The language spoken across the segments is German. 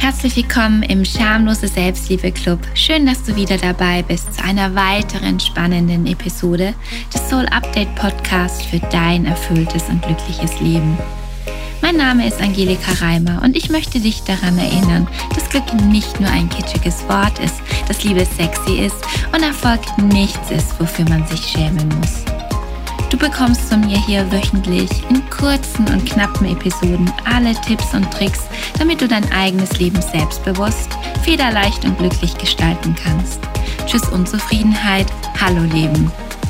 Herzlich willkommen im Schamlose Selbstliebe Club. Schön, dass du wieder dabei bist zu einer weiteren spannenden Episode des Soul Update Podcasts für dein erfülltes und glückliches Leben. Mein Name ist Angelika Reimer und ich möchte dich daran erinnern, dass Glück nicht nur ein kitschiges Wort ist, dass Liebe sexy ist und Erfolg nichts ist, wofür man sich schämen muss. Du bekommst von mir hier wöchentlich in kurzen und knappen Episoden alle Tipps und Tricks, damit du dein eigenes Leben selbstbewusst, federleicht und glücklich gestalten kannst. Tschüss Unzufriedenheit, hallo Leben.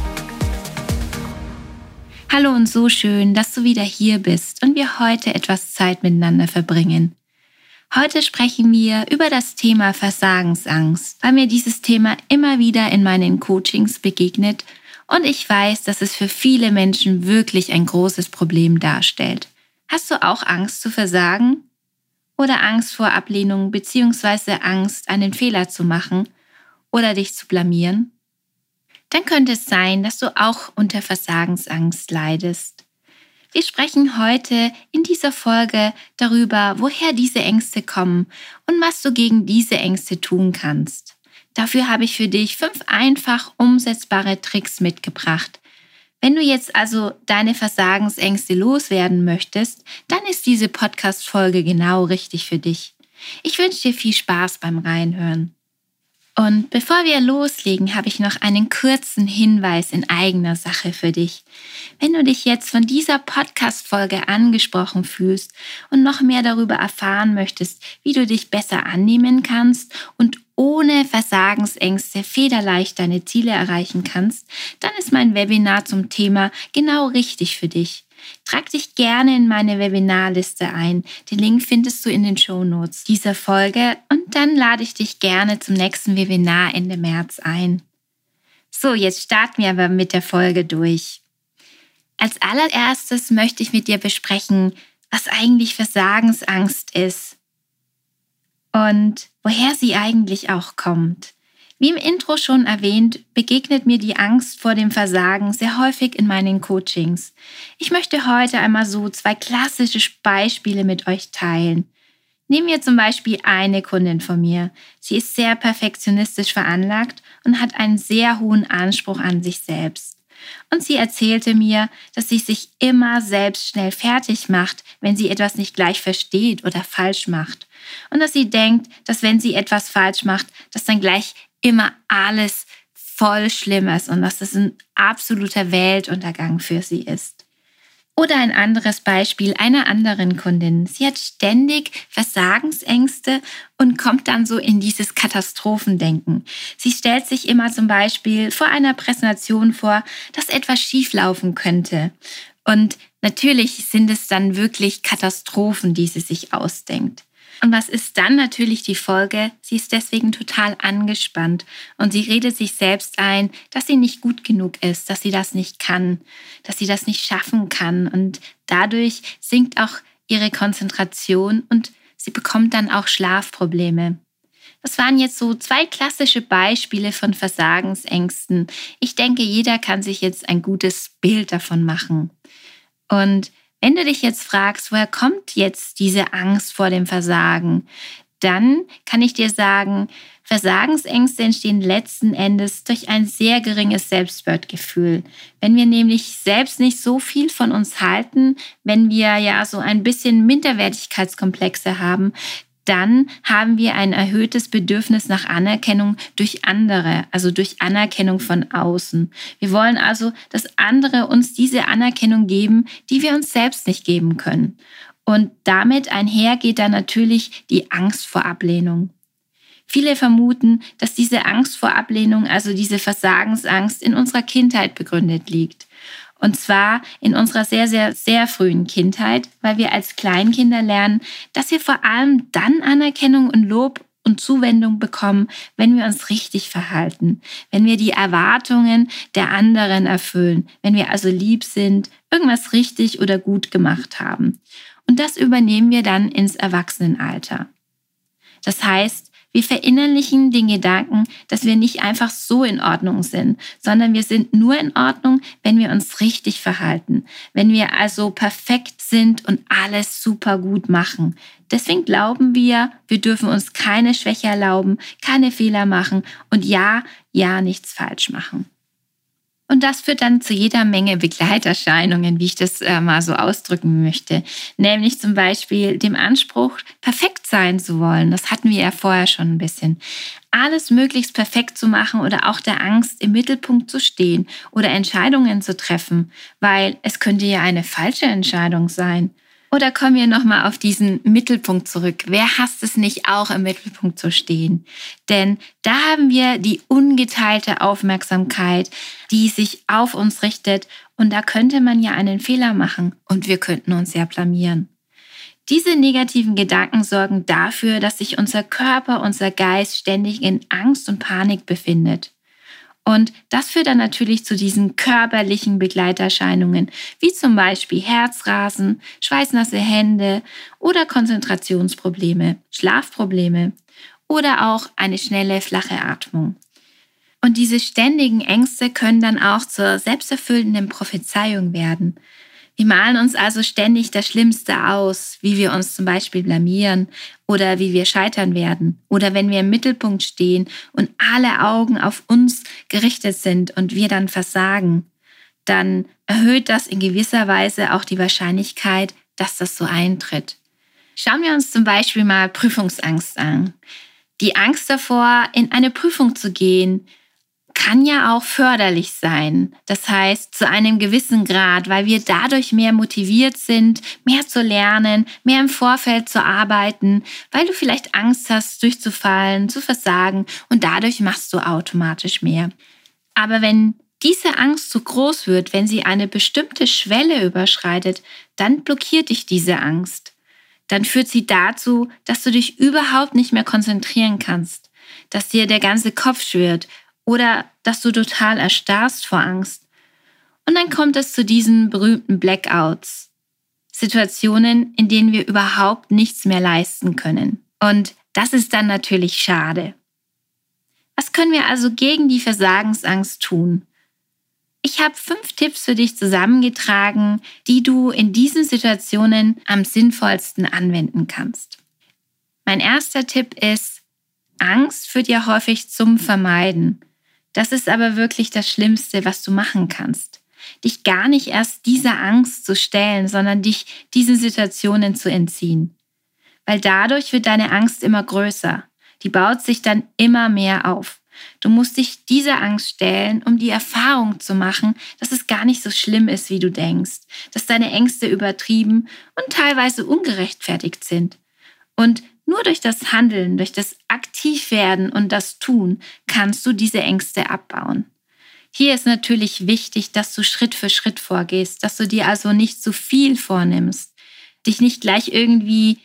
Hallo und so schön, dass du wieder hier bist und wir heute etwas Zeit miteinander verbringen. Heute sprechen wir über das Thema Versagensangst, weil mir dieses Thema immer wieder in meinen Coachings begegnet und ich weiß, dass es für viele Menschen wirklich ein großes Problem darstellt. Hast du auch Angst zu versagen? Oder Angst vor Ablehnung bzw. Angst, einen Fehler zu machen oder dich zu blamieren? Dann könnte es sein, dass du auch unter Versagensangst leidest. Wir sprechen heute in dieser Folge darüber, woher diese Ängste kommen und was du gegen diese Ängste tun kannst. Dafür habe ich für dich 5 einfach umsetzbare Tricks mitgebracht. Wenn du jetzt also deine Versagensängste loswerden möchtest, dann ist diese Podcast-Folge genau richtig für dich. Ich wünsche dir viel Spaß beim Reinhören. Und bevor wir loslegen, habe ich noch einen kurzen Hinweis in eigener Sache für dich. Wenn du dich jetzt von dieser Podcast-Folge angesprochen fühlst und noch mehr darüber erfahren möchtest, wie du dich besser annehmen kannst und ohne Versagensängste federleicht deine Ziele erreichen kannst, dann ist mein Webinar zum Thema genau richtig für dich. Trag dich gerne in meine Webinarliste ein. Den Link findest du in den Shownotes dieser Folge und dann lade ich dich gerne zum nächsten Webinar Ende März ein. So, jetzt starten wir aber mit der Folge durch. Als allererstes möchte ich mit dir besprechen, was eigentlich Versagensangst ist und woher sie eigentlich auch kommt. Wie im Intro schon erwähnt, begegnet mir die Angst vor dem Versagen sehr häufig in meinen Coachings. Ich möchte heute einmal so 2 klassische Beispiele mit euch teilen. Nehmen wir zum Beispiel eine Kundin von mir. Sie ist sehr perfektionistisch veranlagt und hat einen sehr hohen Anspruch an sich selbst. Und sie erzählte mir, dass sie sich immer selbst schnell fertig macht, wenn sie etwas nicht gleich versteht oder falsch macht. Und dass sie denkt, dass wenn sie etwas falsch macht, dass dann gleich immer alles voll schlimm ist und dass es ein absoluter Weltuntergang für sie ist. Oder ein anderes Beispiel einer anderen Kundin. Sie hat ständig Versagensängste und kommt dann so in dieses Katastrophendenken. Sie stellt sich immer zum Beispiel vor einer Präsentation vor, dass etwas schieflaufen könnte. Und natürlich sind es dann wirklich Katastrophen, die sie sich ausdenkt. Und was ist dann natürlich die Folge? Sie ist deswegen total angespannt und sie redet sich selbst ein, dass sie nicht gut genug ist, dass sie das nicht kann, dass sie das nicht schaffen kann. Und dadurch sinkt auch ihre Konzentration und sie bekommt dann auch Schlafprobleme. Das waren jetzt so 2 klassische Beispiele von Versagensängsten. Ich denke, jeder kann sich jetzt ein gutes Bild davon machen. Und wenn du dich jetzt fragst, woher kommt jetzt diese Angst vor dem Versagen, dann kann ich dir sagen, Versagensängste entstehen letzten Endes durch ein sehr geringes Selbstwertgefühl. Wenn wir nämlich selbst nicht so viel von uns halten, wenn wir ja so ein bisschen Minderwertigkeitskomplexe haben, dann haben wir ein erhöhtes Bedürfnis nach Anerkennung durch andere, also durch Anerkennung von außen. Wir wollen also, dass andere uns diese Anerkennung geben, die wir uns selbst nicht geben können. Und damit einher geht dann natürlich die Angst vor Ablehnung. Viele vermuten, dass diese Angst vor Ablehnung, also diese Versagensangst, in unserer Kindheit begründet liegt. Und zwar in unserer sehr, sehr, sehr frühen Kindheit, weil wir als Kleinkinder lernen, dass wir vor allem dann Anerkennung und Lob und Zuwendung bekommen, wenn wir uns richtig verhalten, wenn wir die Erwartungen der anderen erfüllen, wenn wir also lieb sind, irgendwas richtig oder gut gemacht haben. Und das übernehmen wir dann ins Erwachsenenalter. Das heißt, wir verinnerlichen den Gedanken, dass wir nicht einfach so in Ordnung sind, sondern wir sind nur in Ordnung, wenn wir uns richtig verhalten, wenn wir also perfekt sind und alles super gut machen. Deswegen glauben wir dürfen uns keine Schwäche erlauben, keine Fehler machen und ja, nichts falsch machen. Und das führt dann zu jeder Menge Begleiterscheinungen, wie ich das mal so ausdrücken möchte. Nämlich zum Beispiel dem Anspruch, perfekt sein zu wollen. Das hatten wir ja vorher schon ein bisschen. Alles möglichst perfekt zu machen oder auch der Angst, im Mittelpunkt zu stehen oder Entscheidungen zu treffen, weil es könnte ja eine falsche Entscheidung sein. Oder kommen wir nochmal auf diesen Mittelpunkt zurück. Wer hasst es nicht, auch im Mittelpunkt zu stehen? Denn da haben wir die ungeteilte Aufmerksamkeit, die sich auf uns richtet. Und da könnte man ja einen Fehler machen und wir könnten uns ja blamieren. Diese negativen Gedanken sorgen dafür, dass sich unser Körper, unser Geist ständig in Angst und Panik befindet. Und das führt dann natürlich zu diesen körperlichen Begleiterscheinungen, wie zum Beispiel Herzrasen, schweißnasse Hände oder Konzentrationsprobleme, Schlafprobleme oder auch eine schnelle, flache Atmung. Und diese ständigen Ängste können dann auch zur selbsterfüllenden Prophezeiung werden. Wir malen uns also ständig das Schlimmste aus, wie wir uns zum Beispiel blamieren oder wie wir scheitern werden oder wenn wir im Mittelpunkt stehen und alle Augen auf uns gerichtet sind und wir dann versagen, dann erhöht das in gewisser Weise auch die Wahrscheinlichkeit, dass das so eintritt. Schauen wir uns zum Beispiel mal Prüfungsangst an. Die Angst davor, in eine Prüfung zu gehen, kann ja auch förderlich sein. Das heißt, zu einem gewissen Grad, weil wir dadurch mehr motiviert sind, mehr zu lernen, mehr im Vorfeld zu arbeiten, weil du vielleicht Angst hast, durchzufallen, zu versagen und dadurch machst du automatisch mehr. Aber wenn diese Angst zu groß wird, wenn sie eine bestimmte Schwelle überschreitet, dann blockiert dich diese Angst. Dann führt sie dazu, dass du dich überhaupt nicht mehr konzentrieren kannst, dass dir der ganze Kopf schwirrt, oder dass du total erstarrst vor Angst. Und dann kommt es zu diesen berühmten Blackouts. Situationen, in denen wir überhaupt nichts mehr leisten können. Und das ist dann natürlich schade. Was können wir also gegen die Versagensangst tun? Ich habe 5 Tipps für dich zusammengetragen, die du in diesen Situationen am sinnvollsten anwenden kannst. Mein erster Tipp ist, Angst führt ja häufig zum Vermeiden. Das ist aber wirklich das Schlimmste, was du machen kannst. Dich gar nicht erst dieser Angst zu stellen, sondern dich diesen Situationen zu entziehen. Weil dadurch wird deine Angst immer größer. Die baut sich dann immer mehr auf. Du musst dich dieser Angst stellen, um die Erfahrung zu machen, dass es gar nicht so schlimm ist, wie du denkst. Dass deine Ängste übertrieben und teilweise ungerechtfertigt sind. Und nur durch das Handeln, durch das Aktivwerden und das Tun kannst du diese Ängste abbauen. Hier ist natürlich wichtig, dass du Schritt für Schritt vorgehst, dass du dir also nicht zu viel vornimmst, dich nicht gleich irgendwie,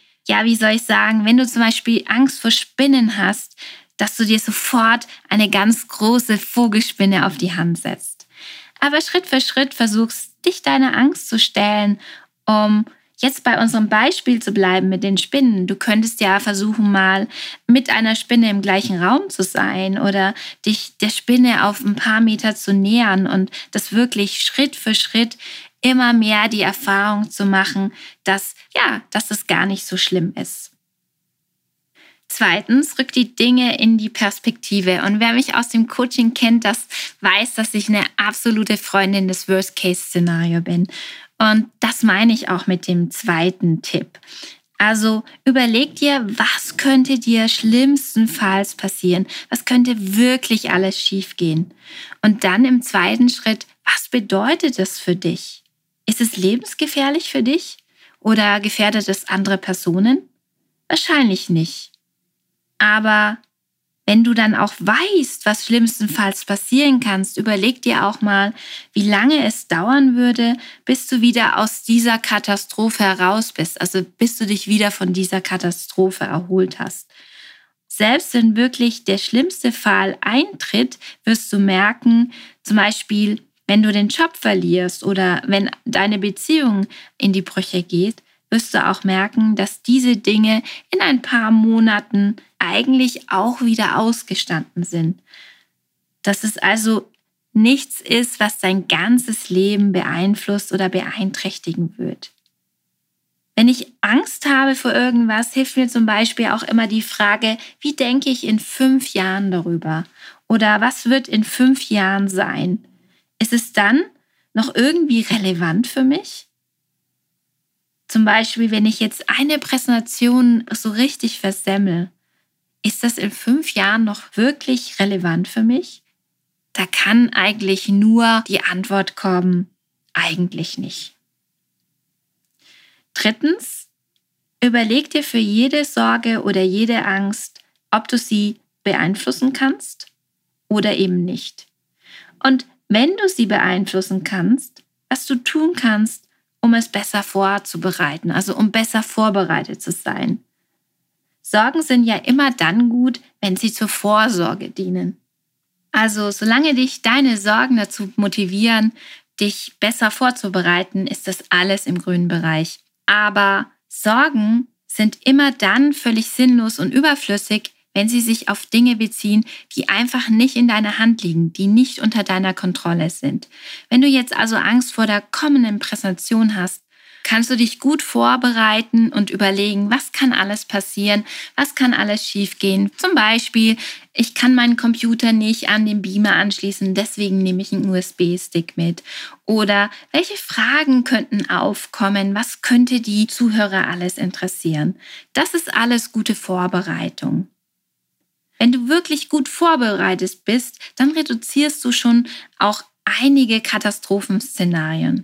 wenn du zum Beispiel Angst vor Spinnen hast, dass du dir sofort eine ganz große Vogelspinne auf die Hand setzt. Aber Schritt für Schritt versuchst, dich deiner Angst zu stellen, um jetzt bei unserem Beispiel zu bleiben mit den Spinnen. Du könntest ja versuchen, mal mit einer Spinne im gleichen Raum zu sein oder dich der Spinne auf ein paar Meter zu nähern und das wirklich Schritt für Schritt immer mehr die Erfahrung zu machen, dass es gar nicht so schlimm ist. Zweitens, rück die Dinge in die Perspektive. Und wer mich aus dem Coaching kennt, das weiß, dass ich eine absolute Freundin des Worst-Case-Szenario bin. Und das meine ich auch mit dem zweiten Tipp. Also überleg dir, was könnte dir schlimmstenfalls passieren? Was könnte wirklich alles schiefgehen? Und dann im zweiten Schritt, was bedeutet das für dich? Ist es lebensgefährlich für dich? Oder gefährdet es andere Personen? Wahrscheinlich nicht. Aber wenn du dann auch weißt, was schlimmstenfalls passieren kannst, überleg dir auch mal, wie lange es dauern würde, bis du wieder aus dieser Katastrophe heraus bist, also bis du dich wieder von dieser Katastrophe erholt hast. Selbst wenn wirklich der schlimmste Fall eintritt, wirst du merken, zum Beispiel, wenn du den Job verlierst oder wenn deine Beziehung in die Brüche geht, wirst du auch merken, dass diese Dinge in ein paar Monaten eigentlich auch wieder ausgestanden sind. Dass es also nichts ist, was dein ganzes Leben beeinflusst oder beeinträchtigen wird. Wenn ich Angst habe vor irgendwas, hilft mir zum Beispiel auch immer die Frage, wie denke ich in 5 Jahren darüber? Oder was wird in 5 Jahren sein? Ist es dann noch irgendwie relevant für mich? Zum Beispiel, wenn ich jetzt eine Präsentation so richtig versemmel, ist das in 5 Jahren noch wirklich relevant für mich? Da kann eigentlich nur die Antwort kommen, eigentlich nicht. Drittens, überleg dir für jede Sorge oder jede Angst, ob du sie beeinflussen kannst oder eben nicht. Und wenn du sie beeinflussen kannst, was du tun kannst, um es besser vorzubereiten, also um besser vorbereitet zu sein. Sorgen sind ja immer dann gut, wenn sie zur Vorsorge dienen. Also solange dich deine Sorgen dazu motivieren, dich besser vorzubereiten, ist das alles im grünen Bereich. Aber Sorgen sind immer dann völlig sinnlos und überflüssig, wenn sie sich auf Dinge beziehen, die einfach nicht in deiner Hand liegen, die nicht unter deiner Kontrolle sind. Wenn du jetzt also Angst vor der kommenden Präsentation hast, kannst du dich gut vorbereiten und überlegen, was kann alles passieren, was kann alles schiefgehen. Zum Beispiel, ich kann meinen Computer nicht an den Beamer anschließen, deswegen nehme ich einen USB-Stick mit. Oder welche Fragen könnten aufkommen, was könnte die Zuhörer alles interessieren. Das ist alles gute Vorbereitung. Wenn du wirklich gut vorbereitet bist, dann reduzierst du schon auch einige Katastrophenszenarien.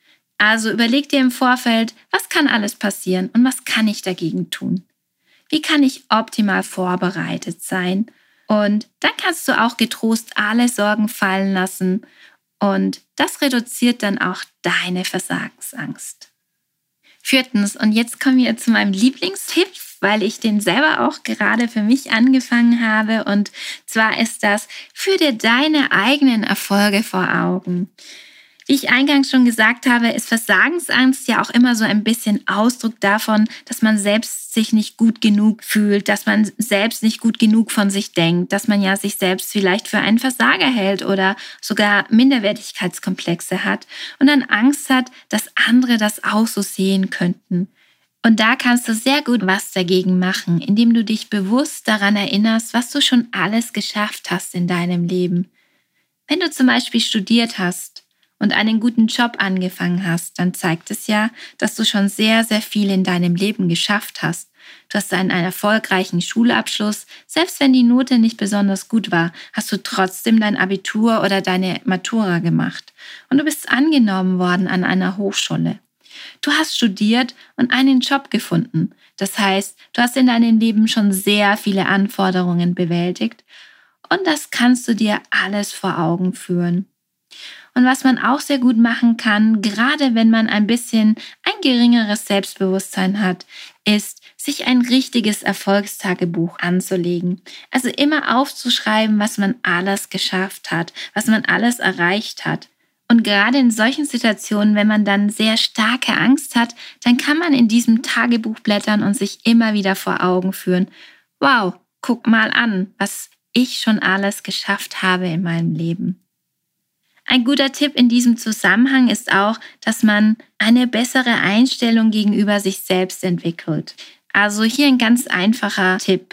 Also überleg dir im Vorfeld, was kann alles passieren und was kann ich dagegen tun? Wie kann ich optimal vorbereitet sein? Und dann kannst du auch getrost alle Sorgen fallen lassen und das reduziert dann auch deine Versagensangst. Viertens, und jetzt kommen wir zu meinem Lieblingstipp, weil ich den selber auch gerade für mich angefangen habe. Und zwar ist das, führ dir deine eigenen Erfolge vor Augen. Wie ich eingangs schon gesagt habe, ist Versagensangst ja auch immer so ein bisschen Ausdruck davon, dass man selbst sich nicht gut genug fühlt, dass man selbst nicht gut genug von sich denkt, dass man ja sich selbst vielleicht für einen Versager hält oder sogar Minderwertigkeitskomplexe hat und dann Angst hat, dass andere das auch so sehen könnten. Und da kannst du sehr gut was dagegen machen, indem du dich bewusst daran erinnerst, was du schon alles geschafft hast in deinem Leben. Wenn du zum Beispiel studiert hast und einen guten Job angefangen hast, dann zeigt es ja, dass du schon sehr, sehr viel in deinem Leben geschafft hast. Du hast einen erfolgreichen Schulabschluss, selbst wenn die Note nicht besonders gut war, hast du trotzdem dein Abitur oder deine Matura gemacht. Und du bist angenommen worden an einer Hochschule. Du hast studiert und einen Job gefunden. Das heißt, du hast in deinem Leben schon sehr viele Anforderungen bewältigt und das kannst du dir alles vor Augen führen. Und was man auch sehr gut machen kann, gerade wenn man ein bisschen ein geringeres Selbstbewusstsein hat, ist, sich ein richtiges Erfolgstagebuch anzulegen. Also immer aufzuschreiben, was man alles geschafft hat, was man alles erreicht hat. Und gerade in solchen Situationen, wenn man dann sehr starke Angst hat, dann kann man in diesem Tagebuch blättern und sich immer wieder vor Augen führen, wow, guck mal an, was ich schon alles geschafft habe in meinem Leben. Ein guter Tipp in diesem Zusammenhang ist auch, dass man eine bessere Einstellung gegenüber sich selbst entwickelt. Also hier ein ganz einfacher Tipp.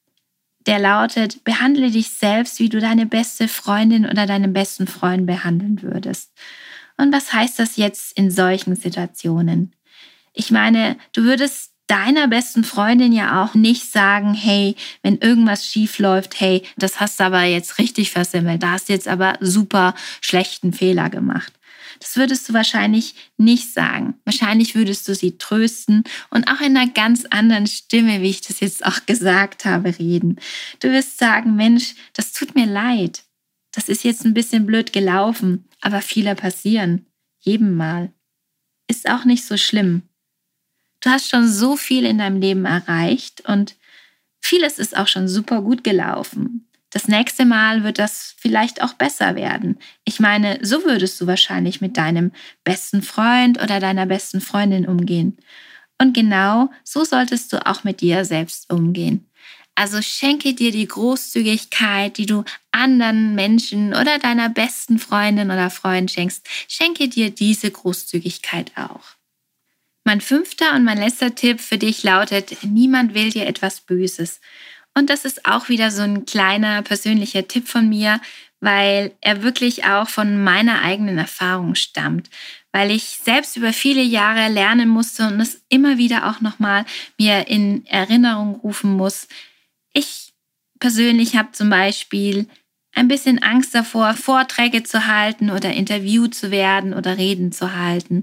Der lautet, behandle dich selbst, wie du deine beste Freundin oder deinen besten Freund behandeln würdest. Und was heißt das jetzt in solchen Situationen? Ich meine, du würdest deiner besten Freundin ja auch nicht sagen, hey, wenn irgendwas schief läuft, hey, das hast du aber jetzt richtig versemmelt, da hast du jetzt aber super schlechten Fehler gemacht. Das würdest du wahrscheinlich nicht sagen. Wahrscheinlich würdest du sie trösten und auch in einer ganz anderen Stimme, wie ich das jetzt auch gesagt habe, reden. Du wirst sagen, Mensch, das tut mir leid. Das ist jetzt ein bisschen blöd gelaufen, aber Fehler passieren. Jedem Mal. Ist auch nicht so schlimm. Du hast schon so viel in deinem Leben erreicht und vieles ist auch schon super gut gelaufen. Das nächste Mal wird das vielleicht auch besser werden. Ich meine, so würdest du wahrscheinlich mit deinem besten Freund oder deiner besten Freundin umgehen. Und genau so solltest du auch mit dir selbst umgehen. Also schenke dir die Großzügigkeit, die du anderen Menschen oder deiner besten Freundin oder Freund schenkst. Schenke dir diese Großzügigkeit auch. Mein 5. und mein letzter Tipp für dich lautet: Niemand will dir etwas Böses. Und das ist auch wieder so ein kleiner persönlicher Tipp von mir, weil er wirklich auch von meiner eigenen Erfahrung stammt. Weil ich selbst über viele Jahre lernen musste und es immer wieder auch nochmal mir in Erinnerung rufen muss. Ich persönlich habe zum Beispiel ein bisschen Angst davor, Vorträge zu halten oder interviewt zu werden oder Reden zu halten.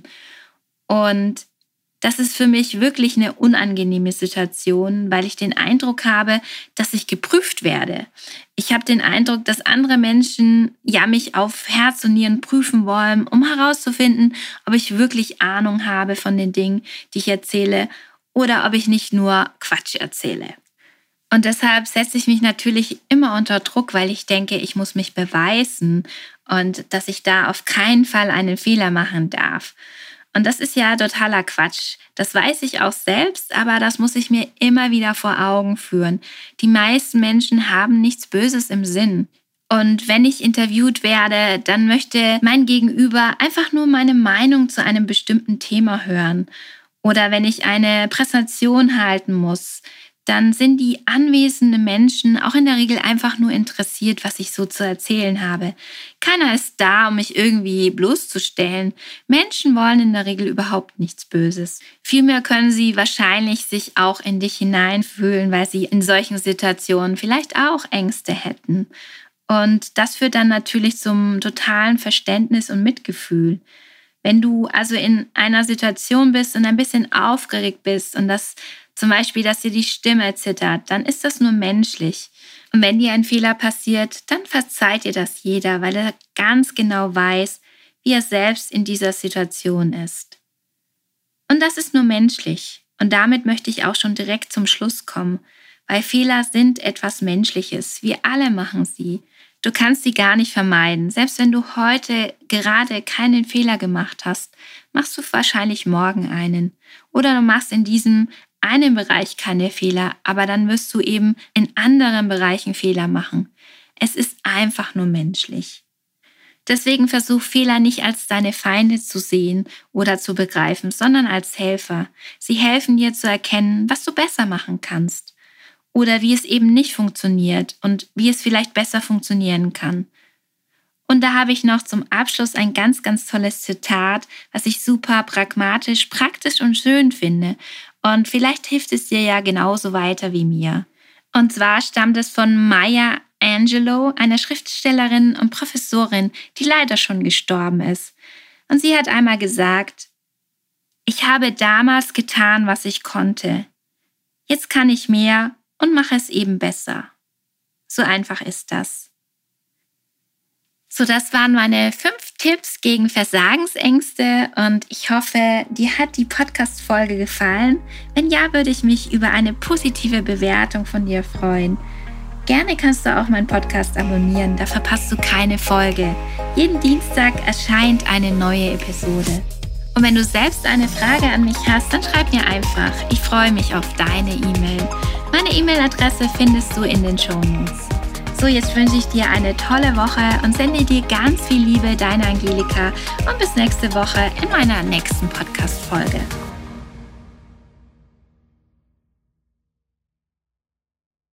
Und das ist für mich wirklich eine unangenehme Situation, weil ich den Eindruck habe, dass ich geprüft werde. Ich habe den Eindruck, dass andere Menschen mich auf Herz und Nieren prüfen wollen, um herauszufinden, ob ich wirklich Ahnung habe von den Dingen, die ich erzähle, oder ob ich nicht nur Quatsch erzähle. Und deshalb setze ich mich natürlich immer unter Druck, weil ich denke, ich muss mich beweisen und dass ich da auf keinen Fall einen Fehler machen darf. Und das ist ja totaler Quatsch. Das weiß ich auch selbst, aber das muss ich mir immer wieder vor Augen führen. Die meisten Menschen haben nichts Böses im Sinn. Und wenn ich interviewt werde, dann möchte mein Gegenüber einfach nur meine Meinung zu einem bestimmten Thema hören. Oder wenn ich eine Präsentation halten muss, dann sind die anwesenden Menschen auch in der Regel einfach nur interessiert, was ich so zu erzählen habe. Keiner ist da, um mich irgendwie bloßzustellen. Menschen wollen in der Regel überhaupt nichts Böses. Vielmehr können sie wahrscheinlich sich auch in dich hineinfühlen, weil sie in solchen Situationen vielleicht auch Ängste hätten. Und das führt dann natürlich zum totalen Verständnis und Mitgefühl. Wenn du also in einer Situation bist und ein bisschen aufgeregt bist und das zum Beispiel, dass dir die Stimme zittert, dann ist das nur menschlich. Und wenn dir ein Fehler passiert, dann verzeiht dir das jeder, weil er ganz genau weiß, wie er selbst in dieser Situation ist. Und das ist nur menschlich. Und damit möchte ich auch schon direkt zum Schluss kommen, weil Fehler sind etwas Menschliches. Wir alle machen sie. Du kannst sie gar nicht vermeiden. Selbst wenn du heute gerade keinen Fehler gemacht hast, machst du wahrscheinlich morgen einen. Oder du machst in diesem einen Bereich keine Fehler, aber dann wirst du eben in anderen Bereichen Fehler machen. Es ist einfach nur menschlich. Deswegen versuch Fehler nicht als deine Feinde zu sehen oder zu begreifen, sondern als Helfer. Sie helfen dir zu erkennen, was du besser machen kannst oder wie es eben nicht funktioniert und wie es vielleicht besser funktionieren kann. Und da habe ich noch zum Abschluss ein ganz, ganz tolles Zitat, was ich super pragmatisch, praktisch und schön finde. Und vielleicht hilft es dir ja genauso weiter wie mir. Und zwar stammt es von Maya Angelou, einer Schriftstellerin und Professorin, die leider schon gestorben ist. Und sie hat einmal gesagt: Ich habe damals getan, was ich konnte. Jetzt kann ich mehr und mache es eben besser. So einfach ist das. So, das waren meine 5 Tipps gegen Versagensängste und ich hoffe, dir hat die Podcast-Folge gefallen. Wenn ja, würde ich mich über eine positive Bewertung von dir freuen. Gerne kannst du auch meinen Podcast abonnieren, da verpasst du keine Folge. Jeden Dienstag erscheint eine neue Episode. Und wenn du selbst eine Frage an mich hast, dann schreib mir einfach. Ich freue mich auf deine E-Mail. Meine E-Mail-Adresse findest du in den Shownotes. So, jetzt wünsche ich dir eine tolle Woche und sende dir ganz viel Liebe, deine Angelika, und bis nächste Woche in meiner nächsten Podcast-Folge.